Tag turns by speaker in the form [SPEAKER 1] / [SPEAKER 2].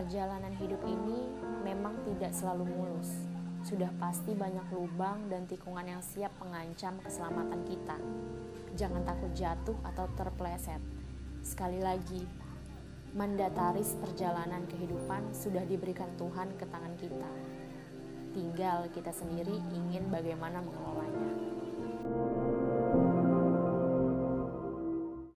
[SPEAKER 1] Perjalanan hidup ini memang tidak selalu mulus. Sudah pasti banyak lubang dan tikungan yang siap mengancam keselamatan kita. Jangan takut jatuh atau terpeleset. Sekali lagi, mandataris perjalanan kehidupan sudah diberikan Tuhan ke tangan kita. Tinggal kita sendiri ingin bagaimana mengelolanya.